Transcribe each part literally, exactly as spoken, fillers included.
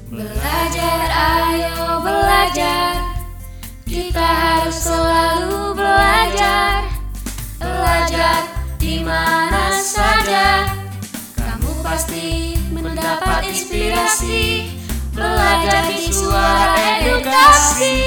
Belajar, ayo belajar. Kita harus selalu belajar. Belajar di mana saja. Kamu pasti mendapat inspirasi. Belajar di Suara Edukasi.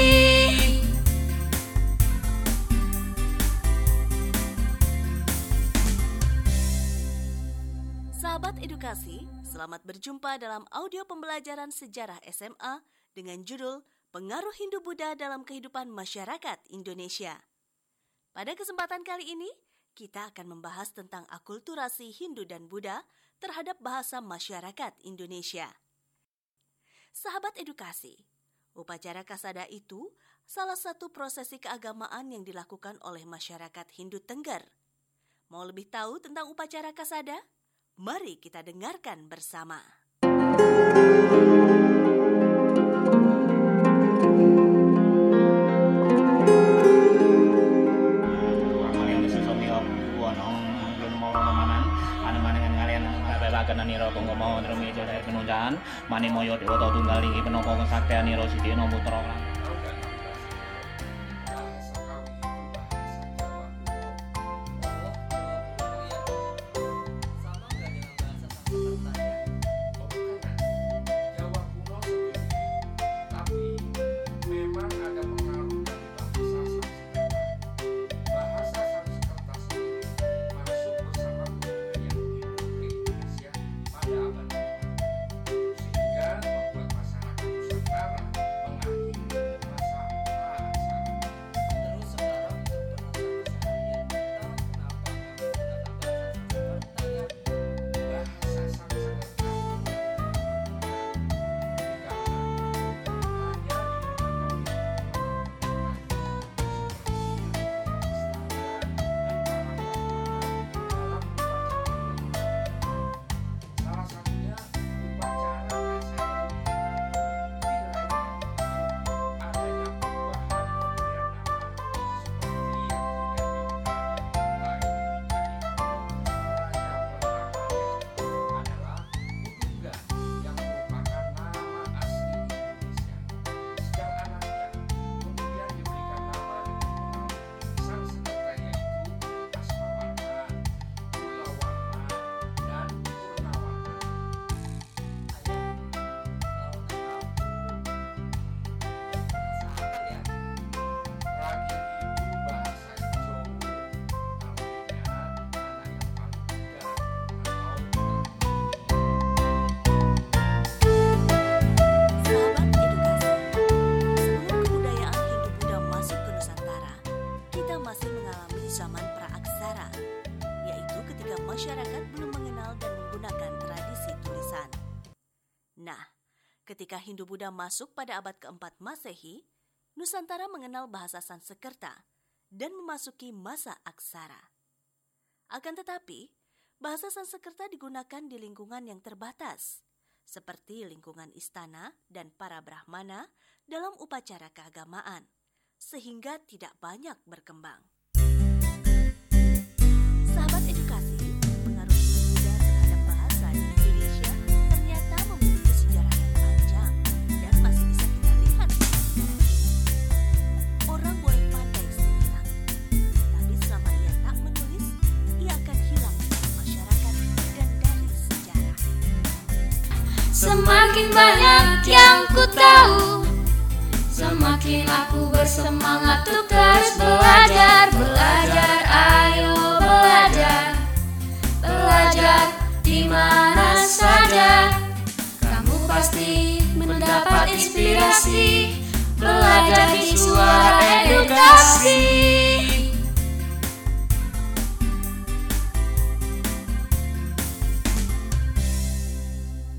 Sahabat edukasi, selamat berjumpa dalam audio pembelajaran sejarah S M A dengan judul Pengaruh Hindu-Buddha dalam Kehidupan Masyarakat Indonesia. Pada kesempatan kali ini, kita akan membahas tentang akulturasi Hindu dan Buddha terhadap bahasa masyarakat Indonesia. Sahabat edukasi, upacara kasada itu salah satu prosesi keagamaan yang dilakukan oleh masyarakat Hindu Tengger. Mau lebih tahu tentang upacara kasada? Mari kita dengarkan bersama. Niro penggomo drumi jodai penunjaan mani moyo dewa tunggal tinggi penoko kesaktian niro sidi no putra. Zaman praaksara, yaitu ketika masyarakat belum mengenal dan menggunakan tradisi tulisan. Nah, ketika Hindu-Buddha masuk pada abad keempat Masehi, Nusantara mengenal bahasa Sanskerta dan memasuki masa aksara. Akan tetapi, bahasa Sanskerta digunakan di lingkungan yang terbatas, seperti lingkungan istana dan para brahmana dalam upacara keagamaan, sehingga tidak banyak berkembang. Sahabat edukasi, pengaruh Hindu-Buddha terhadap bahasa di Indonesia ternyata memiliki sejarah yang panjang dan masih bisa kita lihat di sejarah ini. Orang boleh pandai sehilang, tapi selama ia tak menulis, ia akan hilang dari masyarakat dan dari sejarah. Semakin banyak yang ku tahu, semakin aku bersemangat untuk terus belajar. Belajar, ayo belajar. Belajar di mana saja. Kamu pasti mendapat inspirasi. Belajar di Suara Edukasi.